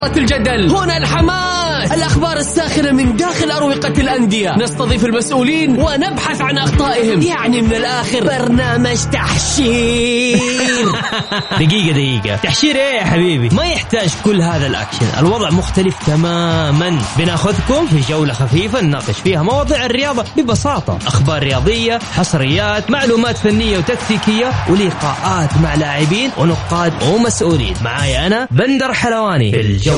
الجدل هنا الحماس، الأخبار الساخنة من داخل أروقة الأندية، نستضيف المسؤولين ونبحث عن أخطائهم، يعني من الآخر برنامج تحشير. دقيقة تحشير ايه يا حبيبي؟ ما يحتاج كل هذا الأكشن، الوضع مختلف تماما. بناخذكم في جولة خفيفة نناقش فيها مواضيع الرياضة ببساطة، أخبار رياضية، حصريات، معلومات فنية وتكتيكية، ولقاءات مع لاعبين ونقاد ومسؤولين. معايا أنا بندر حلواني في الجولة.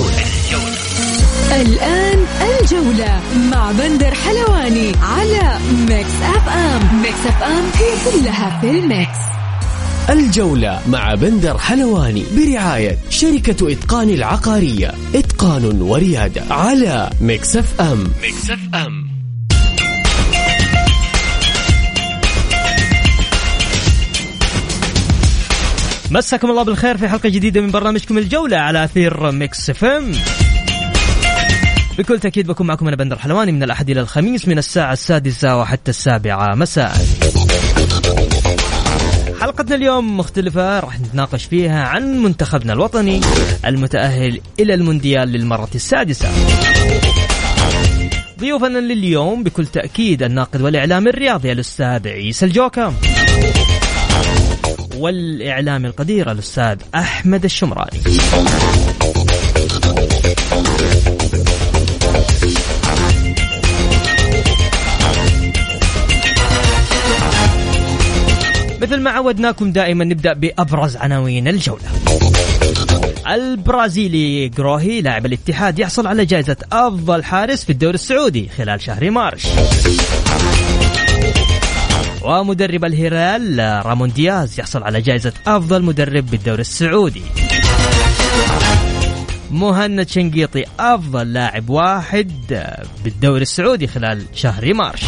الآن الجولة مع بندر حلواني على ميكس أف أم. ميكس أف أم هي كلها في الميكس. الجولة مع بندر حلواني برعاية شركة إتقان العقارية، إتقان وريادة، على ميكس أف أم. ميكس أف أم. مساكم الله بالخير في حلقة جديدة من برنامجكم الجولة على أثير ميكس أف أم. بكل تأكيد بكون معكم أنا بندر حلواني من الأحد إلى الخميس من الساعة 6 وحتى 7 مساء. حلقتنا اليوم مختلفة، راح نتناقش فيها عن منتخبنا الوطني المتأهل إلى المونديال للمرة 6. ضيوفنا لليوم بكل تأكيد الناقد والإعلام الرياضي الأستاذ عيسى الجوكا، والإعلام القدير الأستاذ أحمد الشمراني. مثل ما عودناكم دائما نبدأ بأبرز عناوين الجولة. البرازيلي جروهي لاعب الاتحاد يحصل على جائزة أفضل حارس في الدوري السعودي خلال شهر مارس. ومدرب الهلال رامون دياز يحصل على جائزة أفضل مدرب بالدوري السعودي. مهند شنقيطي أفضل لاعب واحد بالدوري السعودي خلال شهر مارس.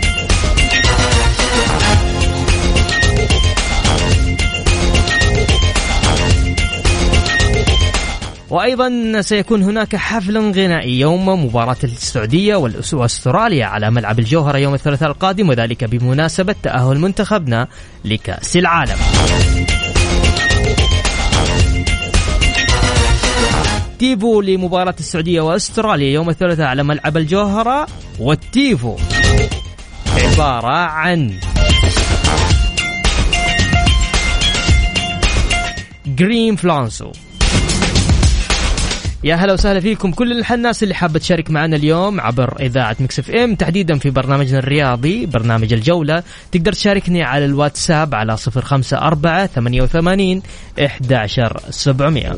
وأيضا سيكون هناك حفل غنائي يوم مباراة السعودية والأستراليا على ملعب الجوهرة يوم الثلاثاء القادم، وذلك بمناسبة تأهل منتخبنا لكأس العالم. تيفو لمباراة السعودية وأستراليا يوم الثلاثاء على ملعب الجوهرة، والتيفو عبارة عن جرين فلانسو. يا هلا وسهلا فيكم كل الناس اللي حابة تشارك معنا اليوم عبر إذاعة ميكس اف ام، تحديدا في برنامجنا الرياضي برنامج الجولة. تقدر تشاركني على الواتساب على 054-88-11700.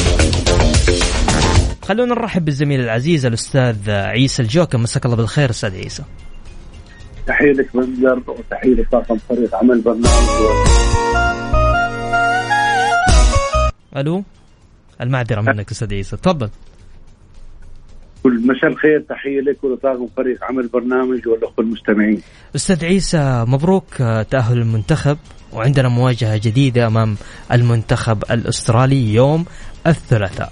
خلونا نرحب بالزميل العزيز الأستاذ عيسى الجوكا. مساك الله بالخير أستاذ عيسى. تحية لك بندر وتحية لطاقم فريق عمل برنامج. ألو، المعذرة منك أستاذ عيسى، تفضل. كل مساء الخير، تحية لك ولطاقم فريق عمل برنامج والأخوة المستمعين. أستاذ عيسى مبروك تأهل المنتخب، وعندنا مواجهة جديدة أمام المنتخب الأسترالي يوم الثلاثاء.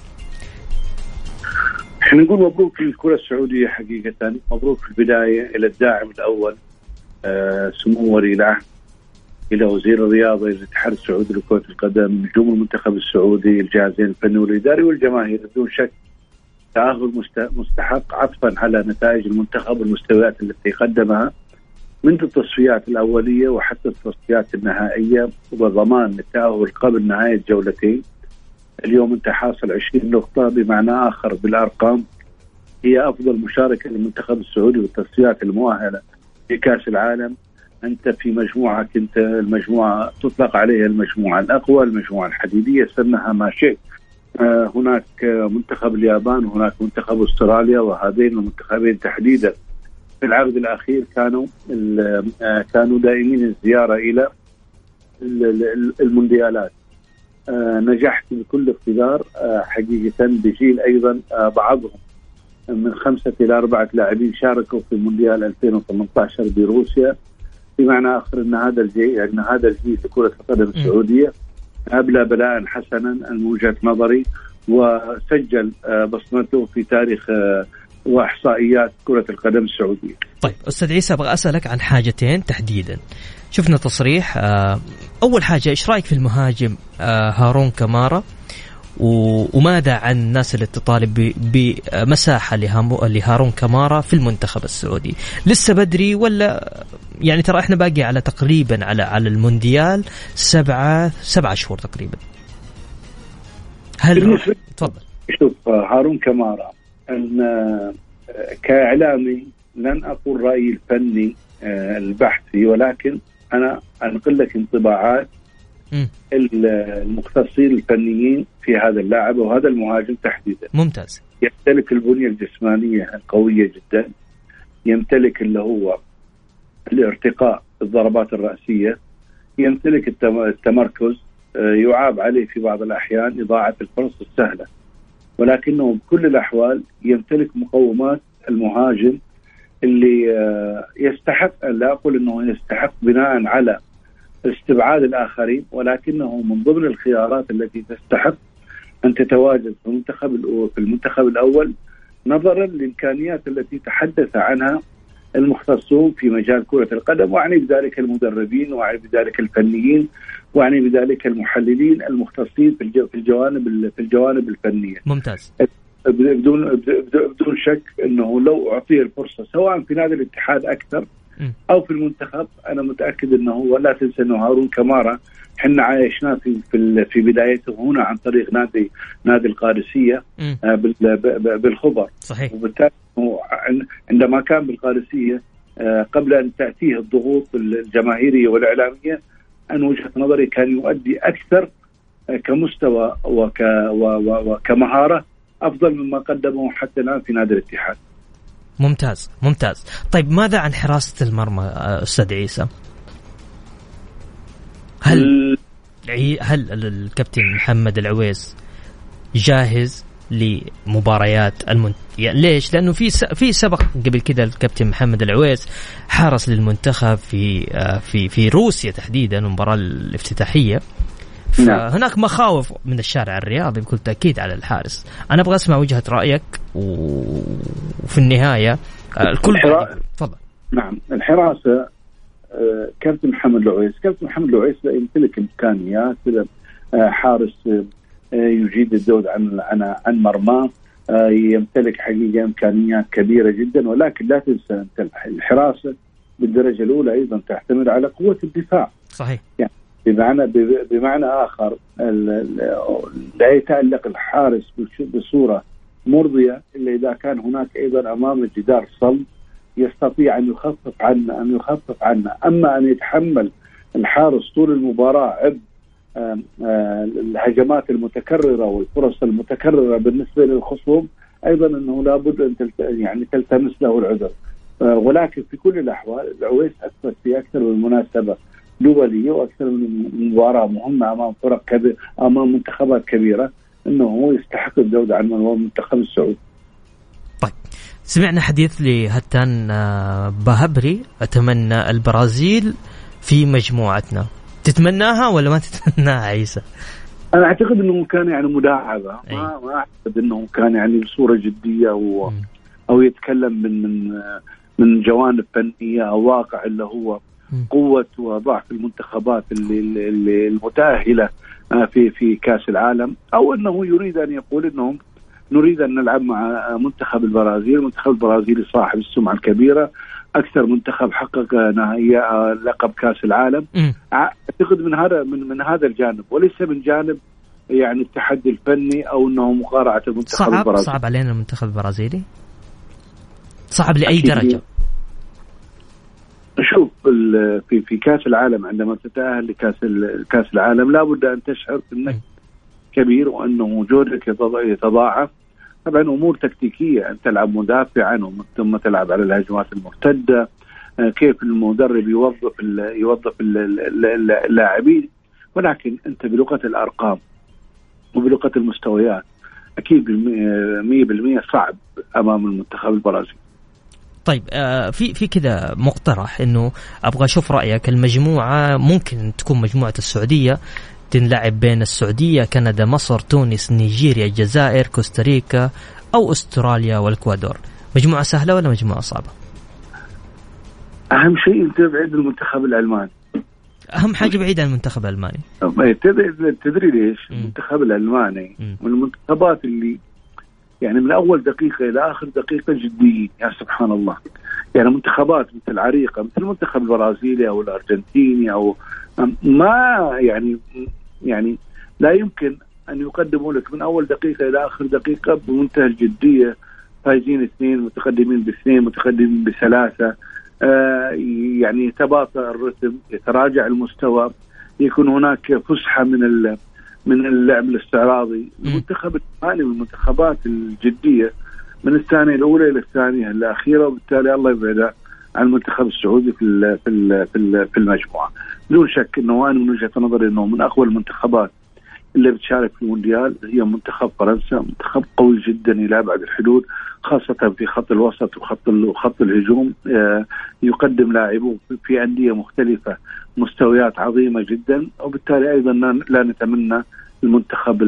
احنا نقول مبروك للكرة السعودية حقيقة، مبروك في البداية إلى الداعم الأول سمو ولي العهد، إلى وزير الرياضة، إلى الاتحاد السعودي لكرة القدم، نجوم المنتخب السعودي، الجهازين الفني والإداري والجماهير. بدون شك تأهل مستحق عطفا على نتائج المنتخب والمستويات التي قدمها منذ التصفيات الأولية وحتى التصفيات النهائية، وضمان التأهل قبل نهاية جولتين. اليوم أنت حاصل 20 نقطة، بمعنى آخر بالأرقام هي أفضل مشاركة للمنتخب السعودي والتصفيات المؤهلة لكأس العالم. أنت في مجموعة، أنت المجموعة تطلق عليها المجموعة الأقوى، المجموعة الحديدية، سمها ما شئت. هناك منتخب اليابان وهناك منتخب أستراليا، وهذين المنتخبين تحديدا في العقد الأخير كانوا دائمين الزيارة إلى المونديالات. نجحت بكل اقتدار حقيقة بجيل أيضا بعضهم من 5 إلى 4 لاعبين شاركوا في مونديال 2018 بروسيا، بمعنى آخر أن هذا الجيل لكرة القدم السعودية أبلى بلاء حسنا من وجهة نظري، وسجل بصمته في تاريخ وإحصائيات كرة القدم السعودية. طيب أستاذ عيسى، أبغى أسألك عن حاجتين تحديدا. شفنا تصريح، أول حاجة إيش رأيك في المهاجم هارون كمارا، وماذا عن الناس اللي تطالب بمساحة لهارون كمارا في المنتخب السعودي؟ لسه بدري ولا يعني ترى احنا باقي على تقريبا على المونديال 7 شهور تقريبا. هل تفضل. شوف هارون كمارا، أن كإعلامي لن أقول رأيي الفني البحثي، ولكن أنا أنقل لك انطباعات المختصين الفنيين في هذا اللاعب وهذا المهاجم تحديدا. ممتاز. يمتلك البنية الجسمانية القوية جدا، يمتلك اللي هو الارتقاء الضربات الرأسية، يمتلك التمركز، يعاب عليه في بعض الأحيان إضاعة الفرص السهلة، ولكنه بكل الأحوال يمتلك مقومات المهاجم اللي يستحق، لا أقول أنه يستحق بناء على استبعاد الآخرين، ولكنه من ضمن الخيارات التي تستحق أن تتواجد في المنتخب الأول، نظرا للإمكانيات التي تحدث عنها المختصون في مجال كرة القدم، وعني بذلك المدربين، وعني بذلك الفنيين، وعني بذلك المحللين المختصين في الجوانب الفنية. ممتاز. بدون شك أنه لو أعطيه الفرصة سواء في نادي الاتحاد أكثر أو في المنتخب، أنا متأكد أنه هو، لا تنسى أنه هارون كمارا حنا عايشنا في بدايته هنا عن طريق نادي القادسية بالخبر. صحيح. وبالتالي عندما كان بالقادسية قبل أن تأتيه الضغوط الجماهيرية والإعلامية، أن وجهة نظري كان يؤدي أكثر كمستوى وكمهارة أفضل مما قدمه حتى الآن في نادي الاتحاد. ممتاز ممتاز. طيب ماذا عن حراسة المرمى أستاذ عيسى؟ هل الكابتن محمد العويس جاهز لمباريات يعني ليش؟ لأنه في سبق قبل كده الكابتن محمد العويس حارس للمنتخب في روسيا تحديدا المباراة الافتتاحية، فهناك مخاوف من الشارع الرياضي بكل تأكيد على الحارس. أنا أبغى أسمع وجهة رأيك وفي النهاية الكل تفضل. نعم، الحراسة كابتن محمد العويس لا يمتلك إمكانيات حارس يجيد الذود عن مرمى، يمتلك حقيقة إمكانيات كبيرة جدا، ولكن لا تنسى الحراسة بالدرجة الأولى أيضا تعتمد على قوة الدفاع. صحيح. يعني بمعنى آخر لا يتألق الحارس بصورة مرضية إلا إذا كان هناك أيضا أمام جدار صلب يستطيع أن يخفف عنه. أما أن يتحمل الحارس طول المباراة عبء الهجمات المتكررة والفرص المتكررة بالنسبة للخصوم، أيضا أنه لابد أن تلتمس له العذر. ولكن في كل الأحوال العويس أثبت في أكثر من مناسبة دولية وأكثر من مباراة مهمة أمام منتخبات كبيرة أنه هو يستحق الجودة عن المنتخب السعودي. طيب سمعنا حديث لهتان بهبري، أتمنى البرازيل في مجموعتنا، تتمناها ولا ما تتمناها عيسى؟ أنا أعتقد أنه كان مداعبة، ما أعتقد أنه كان بصورة جدية أو يتكلم من جوانب فنية أو واقع اللي هو قوة وضعف المنتخبات اللي المتأهلة في كأس العالم، أو أنه يريد أن يقول أنهم نريد أن نلعب مع منتخب البرازيل. المنتخب البرازيلي صاحب السمعة الكبيرة، أكثر منتخب حقق نهائي لقب كأس العالم. أعتقد من هذا الجانب، وليس من جانب التحدي الفني أو أنه مقارعة المنتخب البرازيلي. صعب علينا المنتخب البرازيلي، صعب لأي درجة. شوف في كأس العالم عندما تتأهل لكأس العالم لابد أن تشعر أنك كبير وأنه جهدك يتضاعف. طبعا أمور تكتيكية، أن تلعب مدافعا ثم تلعب على الهجمات المرتدة، كيف المدرب يوظف اللاعبين، ولكن أنت بلغة الأرقام وبلغة المستويات أكيد 100% صعب أمام المنتخب البرازيلي. طيب في كذا مقترح إنه أبغى أشوف رأيك، المجموعة ممكن تكون مجموعة السعودية، تنلعب بين السعودية، كندا، مصر، تونس، نيجيريا، الجزائر، كوستاريكا أو أستراليا والإكوادور. مجموعة سهلة ولا مجموعة صعبة؟ أهم شيء أنت بعيد المنتخب الألماني. أهم حاجة بعيد عن المنتخب الألماني. تدري ليش؟ المنتخب الألماني من المنتخبات اللي يعني من أول دقيقة إلى آخر دقيقة جديين، يا سبحان الله. يعني منتخبات مثل عريقة مثل المنتخب البرازيلي أو الأرجنتيني أو ما يعني لا يمكن أن يقدموا لك من أول دقيقة إلى آخر دقيقة بمنتهى الجدية، فايزين 2 متقدمين ب2 متقدمين ب3، يعني يتباطأ الرتم، يتراجع المستوى، يكون هناك فسحة من اللعب الاستعراضي. المنتخب الثاني من المنتخبات الجدية من الثانية الأولى إلى الثانية الأخيرة، وبالتالي الله يبعده عن المنتخب السعودي في المجموعة. بدون شك إنه أنا من وجهة نظري إنه من أقوى المنتخبات اللي بتشارك في المونديال هي منتخب فرنسا، منتخب قوي جدا إلى أبعد الحدود، خاصة في خط الوسط وخط الهجوم. يقدم لاعبوه في أندية مختلفة مستويات عظيمة جدا، وبالتالي أيضا لا نتمنى المنتخب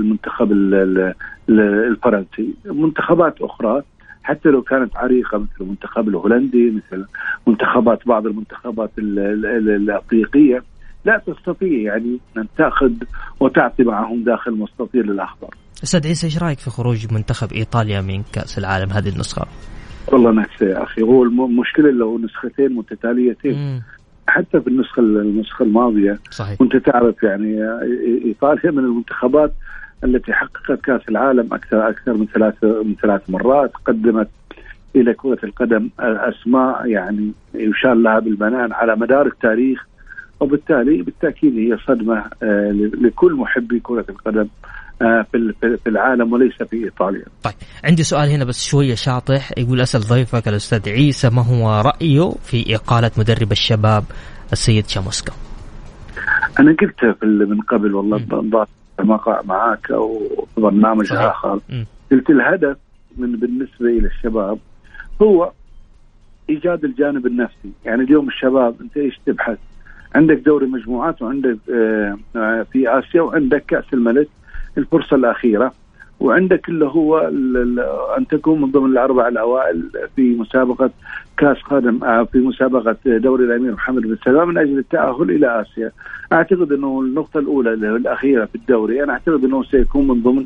الفرنسي. منتخبات أخرى حتى لو كانت عريقة مثل المنتخب الهولندي، مثل منتخبات بعض المنتخبات الأفريقية، لا تستطيع يعني أن تأخذ وتعطي معهم داخل مستطيل الأخضر. أستاذ عيسى، إيش رأيك في خروج منتخب إيطاليا من كأس العالم هذه النسخة؟ والله نفسي يا أخي، هو المشكلة له نسختين متتاليتين. حتى في النسخة الماضية صحيح. كنت تعرف يعني إيطاليا من المنتخبات التي حققت كأس العالم أكثر من ثلاث مرات، قدمت إلى كرة القدم أسماء يعني يشار لها بالبنان على مدار التاريخ، وبالتالي بالتأكيد هي صدمة لكل محبي كرة القدم في العالم وليس في إيطاليا. طيب عندي سؤال هنا بس شوية شاطح، يقول أسأل ضيفك الأستاذ عيسى ما هو رأيه في إقالة مدرب الشباب السيد شاموسكا؟ أنا قلت من قبل والله ضاف مقطع معاك أو برنامج صحيح. آخر قلت الهدف بالنسبة إلى الشباب هو إيجاد الجانب النفسي. يعني اليوم الشباب أنت إيش تبحث؟ عندك دوري مجموعات، وعندك في آسيا، وعندك كأس الملك الفرصة الأخيرة، وعندك اللي هو أن تكون من ضمن الأربع الأوائل في مسابقة كأس قدم، في مسابقة دوري الأمير محمد بن سلمان من أجل التأهل إلى آسيا. أعتقد أنه النقطة الأولى الأخيرة في الدوري أنا أعتقد أنه سيكون من ضمن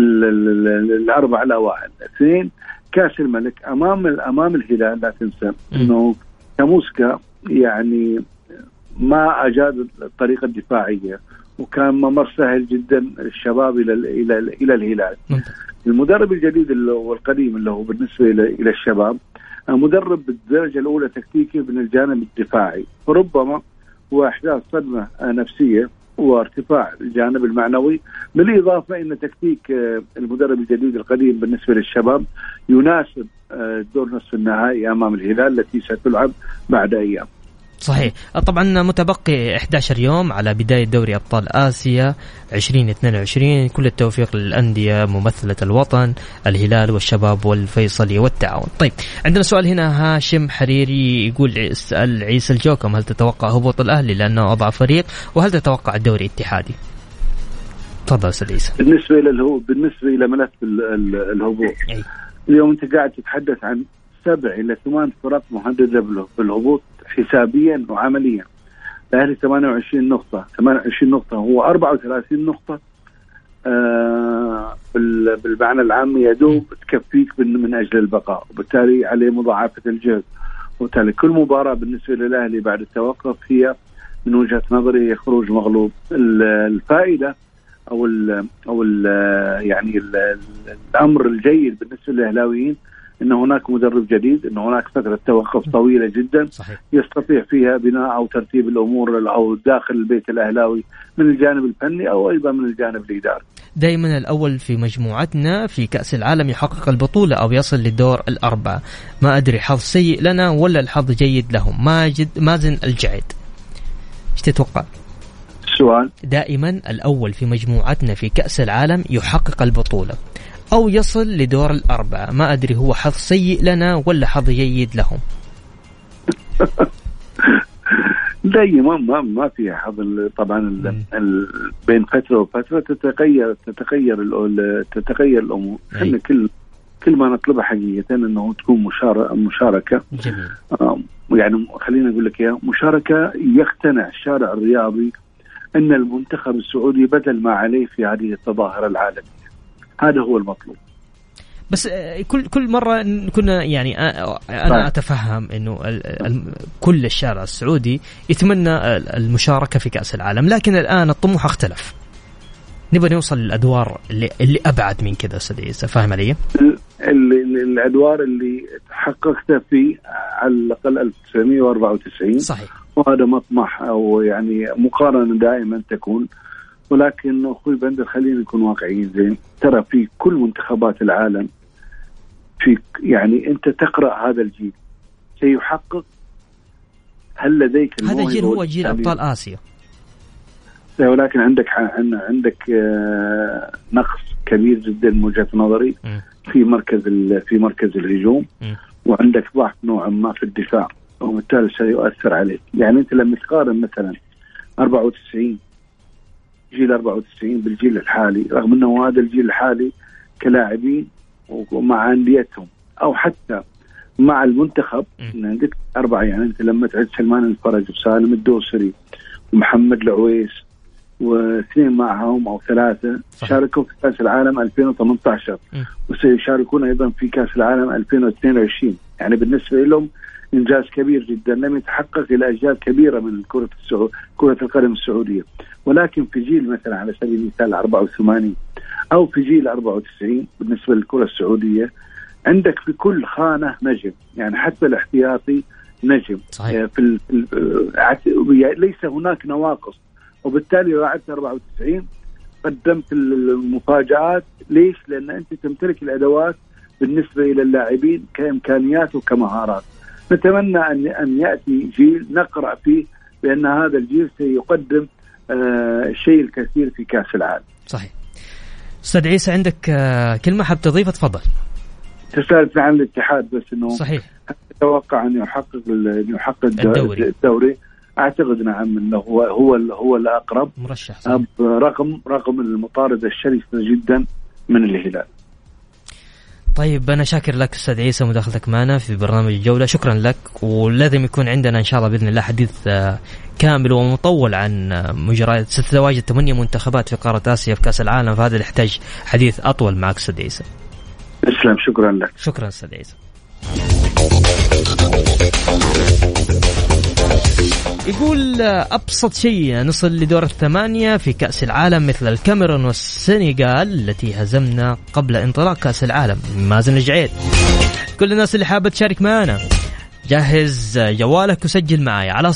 الأربع الأوائل. 2 كأس الملك أمام الهلال. لا تنسى أنه شاموسكا يعني ما أجاد الطريقة الدفاعية، وكان ممر سهل جدا الشباب إلى الهلال. المدرب الجديد والقديم اللي هو بالنسبة إلى الشباب مدرب بالدرجة الأولى تكتيكي من الجانب الدفاعي، وربما وإحداث صدمة نفسية وارتفاع الجانب المعنوي، بالإضافة إن تكتيك المدرب الجديد القديم بالنسبة للشباب يناسب دور نصف النهائي أمام الهلال التي ستلعب بعد أيام. صحيح. طبعا متبقي 11 يوم على بداية دوري أبطال آسيا 2022. كل التوفيق للأندية ممثلة الوطن، الهلال والشباب والفيصلي والتعاون. طيب عندنا سؤال هنا، هاشم حريري يقول اسأل عيسى الجوكم هل تتوقع هبوط الأهلي لأنه أضعف فريق، وهل تتوقع الدوري اتحادي؟ تفضل أستاذ عيسى. بالنسبة إلى ملف الهبوط اليوم أنت قاعد تتحدث عن 7 إلى 8 فرق مهددة بالهبوط حسابيا وعمليا. الأهلي 28 نقطة هو 34 نقطة بالمعنى العام يدوب تكفيك من أجل البقاء، وبالتالي عليه مضاعفة الجهد. وبالتالي كل مباراة بالنسبة للأهلي بعد التوقف هي من وجهة نظري خروج مغلوب. الفائدة أو يعني الأمر الجيد بالنسبة للأهلاويين إن هناك مدرب جديد، إن هناك فترة توقف طويلة جدا صحيح. يستطيع فيها بناء أو ترتيب الأمور أو داخل البيت الأهلاوي من الجانب الفني أو أيضا من الجانب الإداري. دائما الأول في مجموعتنا في كأس العالم يحقق البطولة أو يصل للدور الأربعة. ما أدري حظ سيء لنا ولا الحظ جيد لهم. مازن الجعد، إيش تتوقع؟ السؤال دائما الأول في مجموعتنا في كأس العالم يحقق البطولة أو يصل لدور الأربعة. ما أدري هو حظ سيء لنا ولا حظ جيد لهم. دائما ما في حظ. طبعا بين فترة وفترة تتغير الأمور. إحنا كل ما نطلبه حقيقة أنه تكون مشاركة. يعني خلينا أقول لك إياه، مشاركة يقتنع الشارع الرياضي أن المنتخب السعودي بدل ما عليه في هذه التظاهرة العالمية. هذا هو المطلوب. بس كل مرة كنا يعني أنا أتفهم إنه كل الشارع السعودي يتمنى المشاركة في كأس العالم، لكن الآن الطموح اختلف. نبغى نوصل للأدوار اللي أبعد من كذا. أستاذ عيسى، فاهم علي؟ الأدوار اللي تحققتها في على الأقل 1994. صحيح. وهذا مطمح أو يعني مقارنة دائما تكون، ولكن أخوي بندر خلينا نكون واقعيين زين. ترى في كل منتخبات العالم في يعني أنت تقرأ هذا الجيل سيحقق. هل لديك هذا الجيل هو جيل أبطال آسيا، ولكن عندك نقص كبير جدا من وجهة نظري في مركز الهجوم، وعندك ضعف نوعا ما في الدفاع، وبالتالي سيؤثر عليك. يعني أنت لما تقارن مثلا 94 جيل 94 بالجيل الحالي، رغم أنه هذا الجيل الحالي كلاعبين ومع أنديتهم أو حتى مع المنتخب عندك 4، يعني أنت لما تعد سلمان الفرج وسالم الدوسري ومحمد العويس واثنين معهم أو 3 شاركوا في كأس العالم 2018 وسيشاركون أيضا في كأس العالم 2022. يعني بالنسبة لهم إنجاز كبير جدا لم يتحقق إلى أجيال كبيرة من كرة القدم السعودية. ولكن في جيل مثلا على سبيل المثال 84 أو في جيل 94 بالنسبة للكرة السعودية عندك في كل خانة نجم، يعني حتى الاحتياطي نجم. ليس هناك نواقص، وبالتالي رعدت 94 قدمت المفاجآت. ليش؟ لأن أنت تمتلك الأدوات بالنسبة إلى اللاعبين كإمكانيات وكمهارات. نتمنى أن يأتي جيل نقرأ فيه بأن هذا الجيل سيقدم الشيء الكثير في كأس العالم. صحيح. أستاذ عيسى، عندك كلمة حاب تضيفها؟ تفضل. تسألت عن الاتحاد، بس إنه صحيح أتوقع أن يحقق الدوري. أعتقد نعم أنه هو الأقرب مرشح، رقم المطاردة الشرسة جدا من الهلال. طيب أنا شاكر لك أستاذ عيسى مداخلتك معنا في برنامج الجولة، شكرا لك. ولازم يكون عندنا إن شاء الله بإذن الله حديث كامل ومطول عن مجريات ستتواجد 8 منتخبات في قارة آسيا في كأس العالم، فهذا يحتاج حديث أطول معك أستاذ عيسى. اسلام، شكرا لك. شكرا أستاذ عيسى. يقول أبسط شيء نصل لدور 8 في كأس العالم مثل الكاميرون والسنغال التي هزمنا قبل انطلاق كأس العالم. مازن الجعيد. كل الناس اللي حابة تشارك معنا جهز جوالك وسجل معي على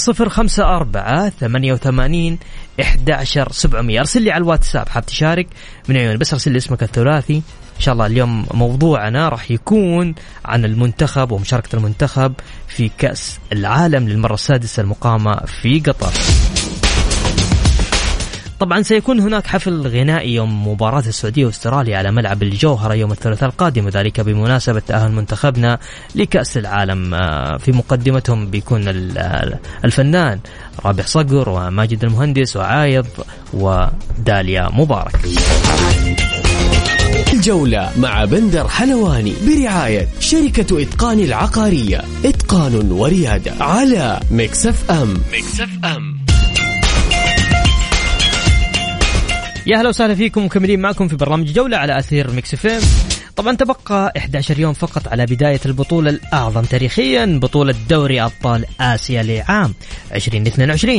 054-88-11700. أرسل لي على الواتساب حاب تشارك من عيون، بس أرسل لي اسمك الثلاثي. إن شاء الله اليوم موضوعنا راح يكون عن المنتخب ومشاركة المنتخب في كأس العالم للمرة السادسة المقامة في قطر. طبعا سيكون هناك حفل غنائي يوم مباراة السعودية واستراليا على ملعب الجوهرة يوم الثلاثاء القادم، وذلك بمناسبة تأهل منتخبنا لكأس العالم. في مقدمتهم بيكون الفنان رابح صقر وماجد المهندس وعايض وداليا مبارك. الجولة مع بندر حلواني برعاية شركة إتقان العقارية، إتقان وريادة، على ميكس اف ام. يا هلا وسهلا فيكم، مكملين معكم في برنامج جولة على أثير ميكس اف ام. طبعا تبقى 11 يوم فقط على بداية البطولة الأعظم تاريخيا، بطولة دوري أبطال آسيا لعام 2022.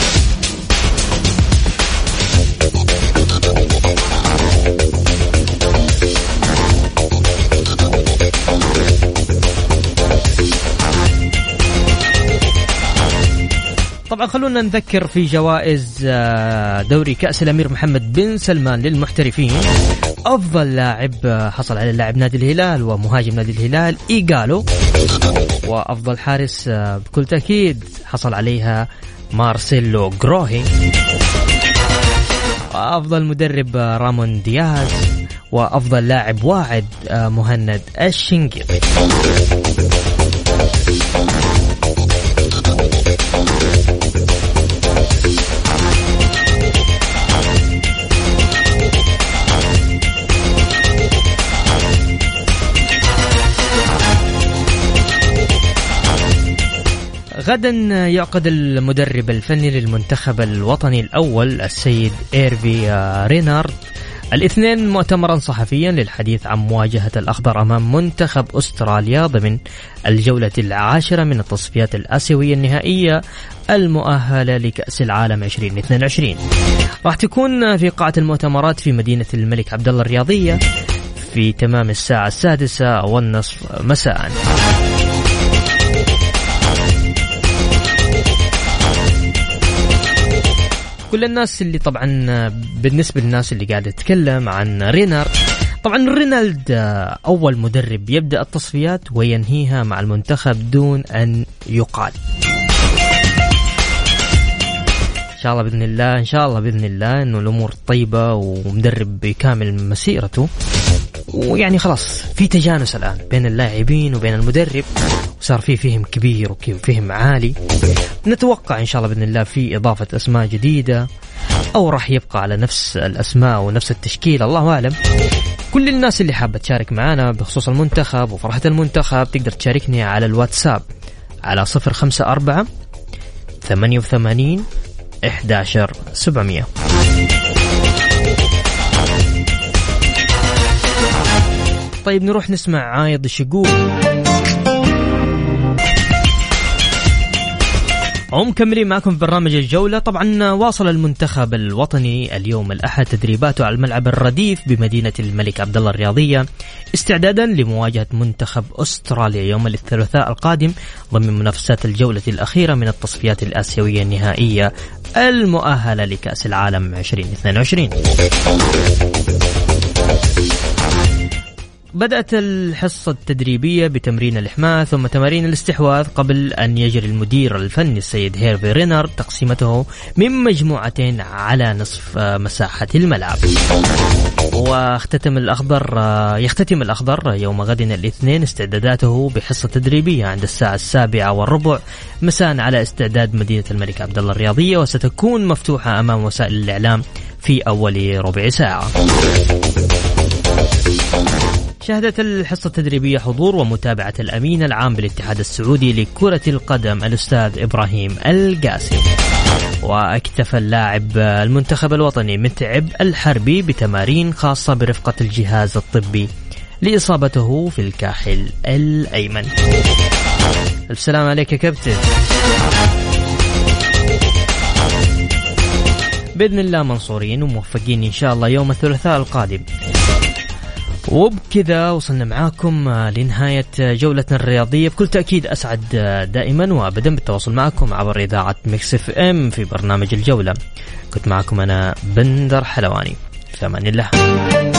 طبعا خلونا نذكر في جوائز دوري كأس الأمير محمد بن سلمان للمحترفين. أفضل لاعب حصل على لاعب نادي الهلال ومهاجم نادي الهلال إيغالو، وأفضل حارس بكل تأكيد حصل عليها مارسيلو غروهي، وأفضل مدرب رامون دياز، وأفضل لاعب واعد مهند الشنقيطي. غدا يعقد المدرب الفني للمنتخب الوطني الأول السيد إيرفي رينارد الاثنين مؤتمرا صحفيا للحديث عن مواجهة الأخضر أمام منتخب أستراليا ضمن الجولة 10 من التصفيات الآسيوية النهائية المؤهلة لكأس العالم 2022. راح تكون في قاعة المؤتمرات في مدينة الملك عبدالله الرياضية في تمام الساعة 6:30 مساء. كل الناس اللي طبعا بالنسبة للناس اللي قاعدة تتكلم عن رينارد، طبعا رينالد أول مدرب يبدأ التصفيات وينهيها مع المنتخب دون أن يقال. إن شاء الله بإذن الله، إن شاء الله بإذن الله إنه الأمور طيبة ومدرب بكامل مسيرته، ويعني خلاص في تجانس الآن بين اللاعبين وبين المدرب، وصار فيه فهم كبير وفهم عالي. نتوقع إن شاء الله بإذن الله في إضافة أسماء جديدة، أو راح يبقى على نفس الأسماء ونفس التشكيل، الله أعلم. كل الناس اللي حابة تشارك معنا بخصوص المنتخب وفرحة المنتخب تقدر تشاركني على الواتساب على 054 88 11 700. طيب نروح نسمع عايض الشقوق. ومكملين معكم في برنامج الجولة. طبعا واصل المنتخب الوطني اليوم الأحد تدريباته على الملعب الرديف بمدينة الملك عبدالله الرياضية استعدادا لمواجهة منتخب أستراليا يوم الثلاثاء القادم ضمن منافسات الجولة الأخيرة من التصفيات الآسيوية النهائية المؤهلة لكأس العالم 2022. بدأت الحصة التدريبية بتمرين الإحماء ثم تمارين الاستحواذ قبل أن يجري المدير الفني السيد هيرفي رينارد تقسيمته من مجموعتين على نصف مساحة الملعب. يختتم الأخضر يوم غد الاثنين استعداداته بحصة تدريبية عند الساعة 7:15 مساء على استعداد مدينة الملك عبدالله الرياضية، وستكون مفتوحة أمام وسائل الإعلام في أول ربع ساعة. شهدت الحصة التدريبية حضور ومتابعة الأمين العام بالاتحاد السعودي لكرة القدم الأستاذ إبراهيم القاسم. واكتفى اللاعب المنتخب الوطني متعب الحربي بتمارين خاصة برفقة الجهاز الطبي لإصابته في الكاحل الأيمن. السلام عليك يا كابتن. بإذن الله منصورين وموفقين إن شاء الله يوم الثلاثاء القادم. وبكذا وصلنا معاكم لنهاية جولتنا الرياضية. بكل تأكيد أسعد دائما وأبدا بالتواصل معكم عبر إذاعة ميكس اف ام في برنامج الجولة. كنت معكم أنا بندر حلواني، في أمان الله.